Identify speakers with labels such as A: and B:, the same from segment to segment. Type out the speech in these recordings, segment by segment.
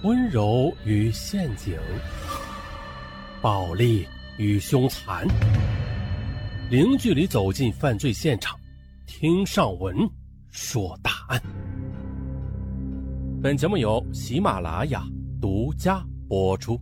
A: 温柔与陷阱，暴力与凶残，零距离走进犯罪现场，听上文说大案。本节目由喜马拉雅独家播出。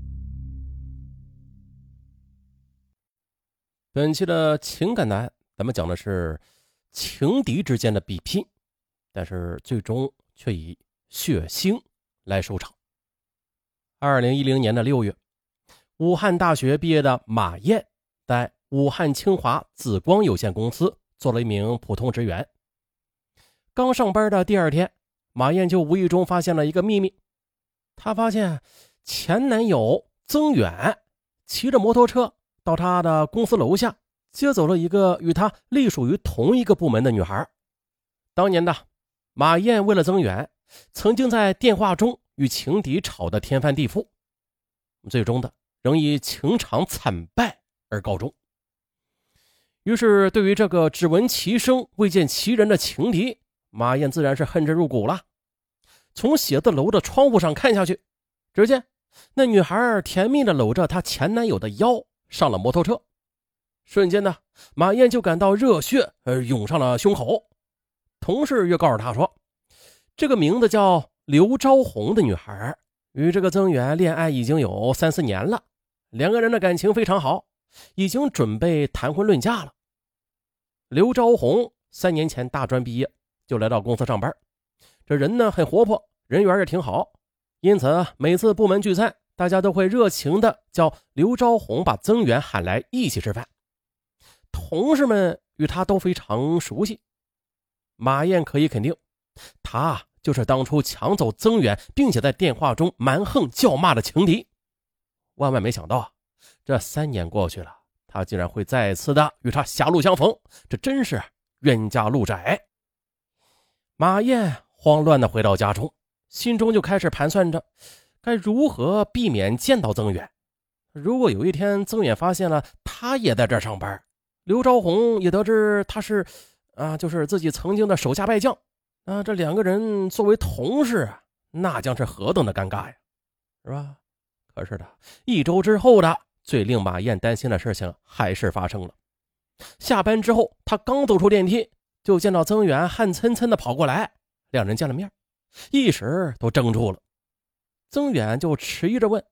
A: 本期的情感案，咱们讲的是情敌之间的比拼，但是最终却以血腥来收场。2010年的6月，武汉大学毕业的马艳在武汉清华紫光有限公司做了一名普通职员。刚上班的第二天，马艳就无意中发现了一个秘密。她发现前男友曾远骑着摩托车到她的公司楼下，接走了一个与她隶属于同一个部门的女孩。当年的马艳为了曾远，曾经在电话中与情敌吵得天翻地覆，最终的仍以情场惨败而告终。于是对于这个只闻其声未见其人的情敌，马艳自然是恨之入骨了。从写字楼的窗户上看下去，只见那女孩甜蜜地搂着她前男友的腰上了摩托车。瞬间呢，马艳就感到热血涌上了胸口。同事又告诉她说，这个名字叫刘昭红的女孩与这个曾远恋爱已经有3-4年了，两个人的感情非常好，已经准备谈婚论嫁了。刘昭红3年前大专毕业就来到公司上班，这人呢很活泼，人缘也挺好，因此每次部门聚餐，大家都会热情的叫刘昭红把曾远喊来一起吃饭。同事们与他都非常熟悉，马艳可以肯定，他就是当初抢走曾远并且在电话中蛮横叫骂的情敌。万万没想到，这3年过去了，他竟然会再次的与他狭路相逢，这真是冤家路窄。马艳慌乱的回到家中，心中就开始盘算着该如何避免见到曾远。如果有一天曾远发现了他也在这儿上班，刘昭红也得知他是就是自己曾经的手下败将，这两个人作为同事那将是何等的尴尬呀，是吧？可是的，1周之后的最令马艳担心的事情还是发生了。下班之后，他刚走出电梯，就见到曾远汗涔涔的跑过来，两人见了面，一时都怔住了。曾远就迟疑着问：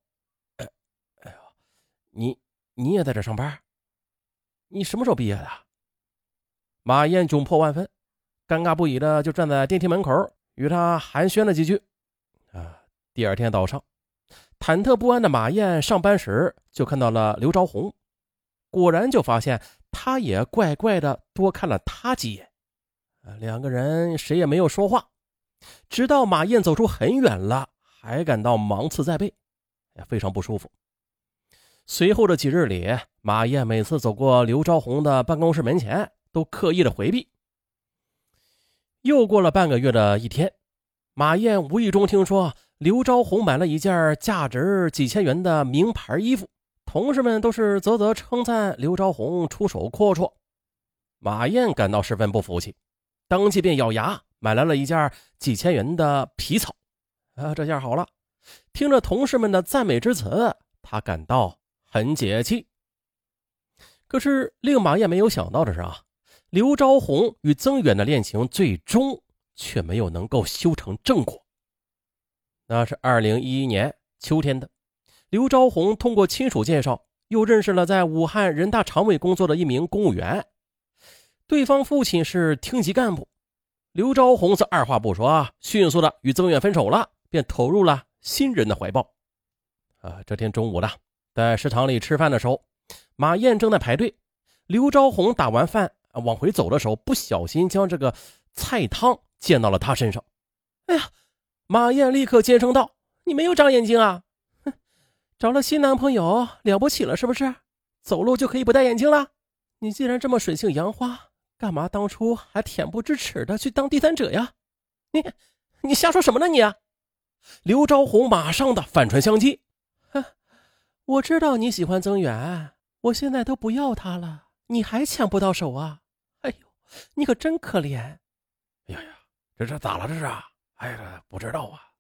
A: 你也在这上班？你什么时候毕业的？马艳窘迫万分，尴尬不已的就站在电梯门口与他寒暄了几句。第二天早上，忐忑不安的马艳上班时就看到了刘昭红，果然就发现他也怪怪的多看了他几眼。两个人谁也没有说话，直到马艳走出很远了，还感到芒刺在背，非常不舒服。随后的几日里，马艳每次走过刘昭红的办公室门前都刻意的回避。又过了半个月的一天，马艳无意中听说刘昭红买了一件价值几千元的名牌衣服，同事们都是啧啧称赞刘昭红出手阔绰。马艳感到十分不服气，当即便咬牙买来了一件几千元的皮草。这下好了，听着同事们的赞美之词，他感到很解气。可是令马艳没有想到的是刘昭红与曾远的恋情最终却没有能够修成正果。那是2011年秋天的，刘昭红通过亲属介绍，又认识了在武汉人大常委工作的一名公务员。对方父亲是厅级干部，刘昭红则二话不说，迅速的与曾远分手了，便投入了新人的怀抱。这天中午的，在食堂里吃饭的时候，马艳正在排队，刘昭红打完饭往回走的时候，不小心将这个菜汤溅到了他身上。哎呀！马艳立刻尖声道：“你没有长眼睛啊？哼，找了新男朋友了不起了是不是？走路就可以不戴眼镜了？你既然这么水性杨花，干嘛当初还恬不知耻的去当第三者呀？你瞎说什么呢你？”刘昭红马上的反唇相讥：“我知道你喜欢曾远，我现在都不要他了，你还抢不到手啊？哎呦，你可真可怜。”“哎呀，这咋了这是？哎呀，不知道啊。”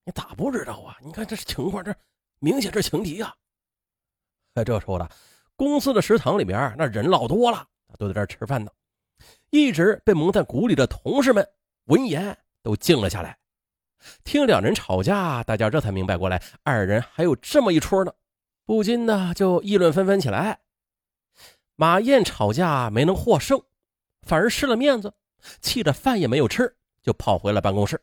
A: 你咋不知道啊？你看这情况，这明显是情敌啊！这时候的公司的食堂里边那人老多了，都在这儿吃饭呢。一直被蒙在鼓里的同事们闻言都静了下来。听两人吵架，大家这才明白过来，二人还有这么一出呢，不禁呢就议论纷纷起来。马燕吵架没能获胜，反而失了面子，气得饭也没有吃，就跑回了办公室。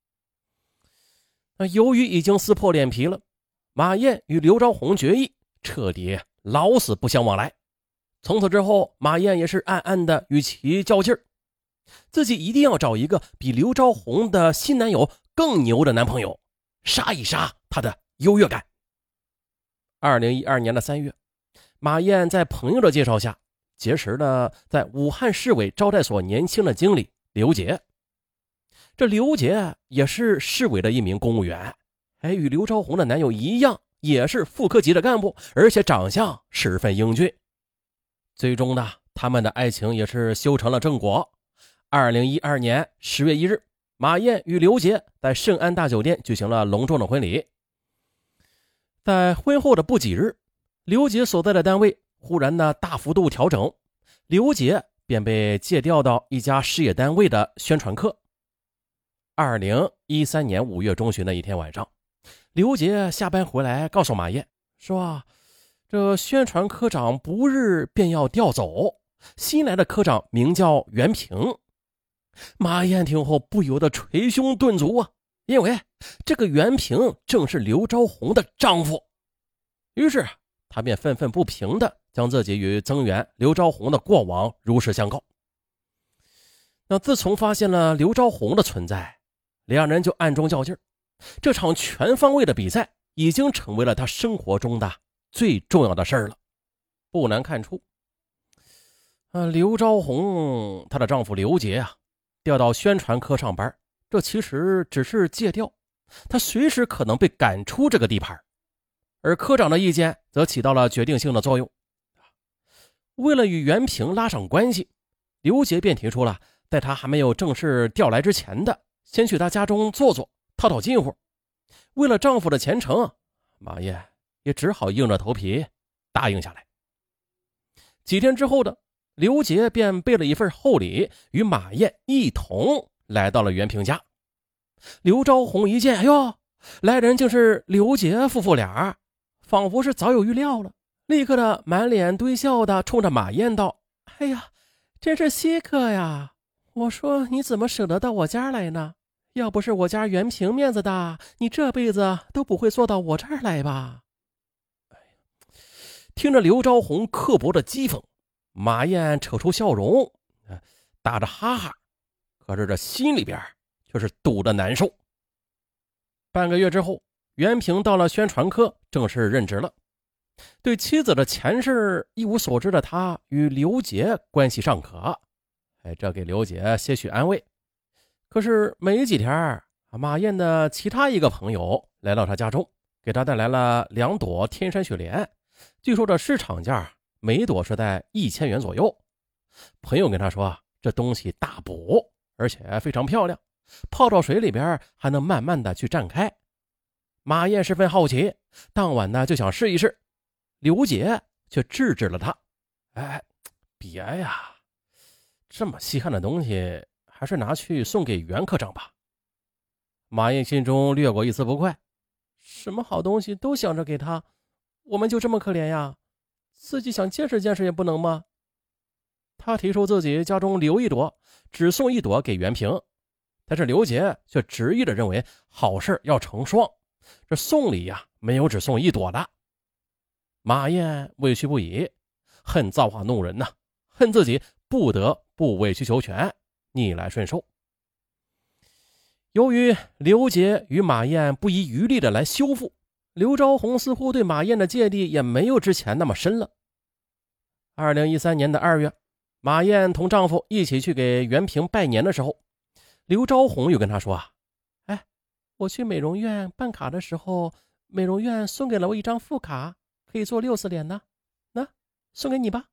A: 由于已经撕破脸皮了，马燕与刘昭宏决议彻底老死不相往来。从此之后，马燕也是暗暗的与其较劲儿，自己一定要找一个比刘昭宏的新男友更牛的男朋友，杀一杀他的优越感。2012年的3月，马燕在朋友的介绍下结识了在武汉市委招待所年轻的经理刘杰。这刘杰也是市委的一名公务员，与刘昭宏的男友一样，也是副科级的干部，而且长相十分英俊。最终呢，他们的爱情也是修成了正果。2012年10月1日，马燕与刘杰在盛安大酒店举行了隆重的婚礼。在婚后的不几日，刘杰所在的单位忽然的大幅度调整，刘杰便被借调到一家事业单位的宣传科。2013年5月中旬的一天晚上，刘杰下班回来告诉马燕说，这宣传科长不日便要调走，新来的科长名叫袁平。马燕听后不由得捶胸顿足啊，因为这个袁平正是刘昭宏的丈夫。于是他便愤愤不平地将自己与增援刘昭宏的过往如实相告。那自从发现了刘昭宏的存在，两人就暗中较劲儿。这场全方位的比赛已经成为了他生活中的最重要的事儿了。不难看出，刘昭宏她的丈夫刘杰调到宣传科上班，这其实只是借调，他随时可能被赶出这个地盘。而科长的意见则起到了决定性的作用。为了与袁平拉上关系，刘杰便提出了在他还没有正式调来之前的，先去他家中坐坐，套套近乎。为了丈夫的前程，马燕也只好硬着头皮答应下来。几天之后的，刘杰便备了一份厚礼，与马燕一同来到了袁平家。刘昭宏一见，哎呦，来人竟是刘杰夫妇俩，仿佛是早有预料了，立刻的满脸堆笑的冲着马燕道，哎呀，真是稀客呀，我说你怎么舍得到我家来呢？要不是我家袁平面子大，你这辈子都不会坐到我这儿来吧。听着刘昭宏刻薄的讥讽，马燕扯出笑容，打着哈哈，可是这心里边却是堵得难受。半个月之后，袁平到了宣传科正式任职了。对妻子的前世一无所知的他与刘杰关系尚可，这给刘杰些许安慰。可是没几天，马燕的其他一个朋友来到他家中，给他带来了2朵天山雪莲，据说这市场价每朵是在1000元左右。朋友跟他说，这东西大补，而且非常漂亮，泡到水里边还能慢慢的去绽开。马燕十分好奇，当晚呢就想试一试，刘杰却制止了他，别呀，这么稀罕的东西还是拿去送给袁科长吧。马燕心中掠过一丝不快，什么好东西都想着给他，我们就这么可怜呀？自己想见识见识也不能吗？他提出自己家中留1朵，只送1朵给袁平，但是刘杰却执意的认为好事要成双，这送礼没有只送1朵的。马燕委屈不已，恨造化弄人恨自己不得不委曲求全，逆来顺受。由于刘杰与马燕不遗余力的来修复，刘昭宏似乎对马燕的芥蒂也没有之前那么深了。2013年的2月，马燕同丈夫一起去给袁平拜年的时候，刘昭宏又跟他说我去美容院办卡的时候，美容院送给了我一张副卡，可以做60脸呢，送给你吧。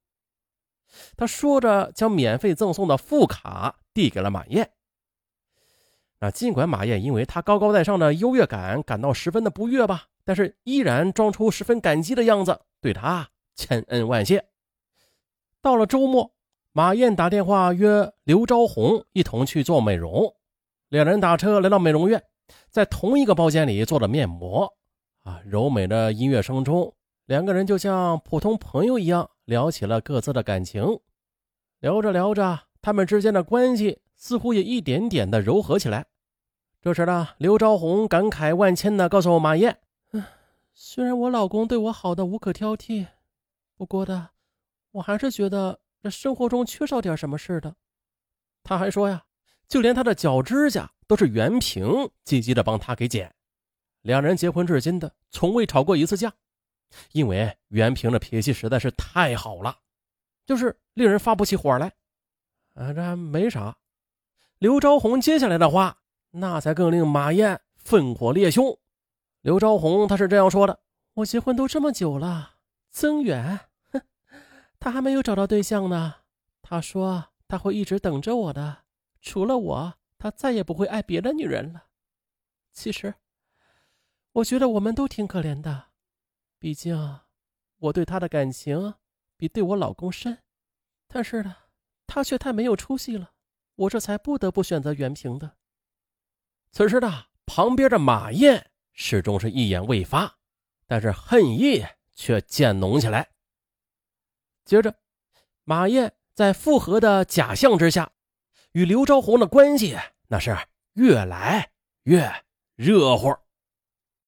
A: 他说着将免费赠送的副卡递给了马燕。 尽管马燕因为他高高在上的优越感感到十分的不悦吧，但是依然装出十分感激的样子，对他千恩万谢。到了周末，马燕打电话约刘昭红一同去做美容。两人打车来到美容院，在同一个包间里做了面膜。柔美的音乐声中，两个人就像普通朋友一样聊起了各自的感情。聊着聊着，他们之间的关系似乎也一点点的柔和起来。这时呢，刘昭红感慨万千的告诉马燕，虽然我老公对我好的无可挑剔，不过我还是觉得这生活中缺少点什么似的。他还说呀，就连他的脚指甲都是袁平积极的帮他给剪。两人结婚至今的从未吵过一次架，因为袁平的脾气实在是太好了，就是令人发不起火来。这没啥。刘昭红接下来的话，那才更令马燕愤火烈凶。刘昭红他是这样说的，我结婚都这么久了，曾远他还没有找到对象呢，他说他会一直等着我的，除了我他再也不会爱别的女人了。其实我觉得我们都挺可怜的，毕竟我对他的感情比对我老公深，但是呢，他却太没有出息了，我这才不得不选择袁平的。此时的旁边的马燕始终是一言未发，但是恨意却渐浓起来。接着，马燕在复合的假象之下，与刘昭红的关系那是越来越热乎。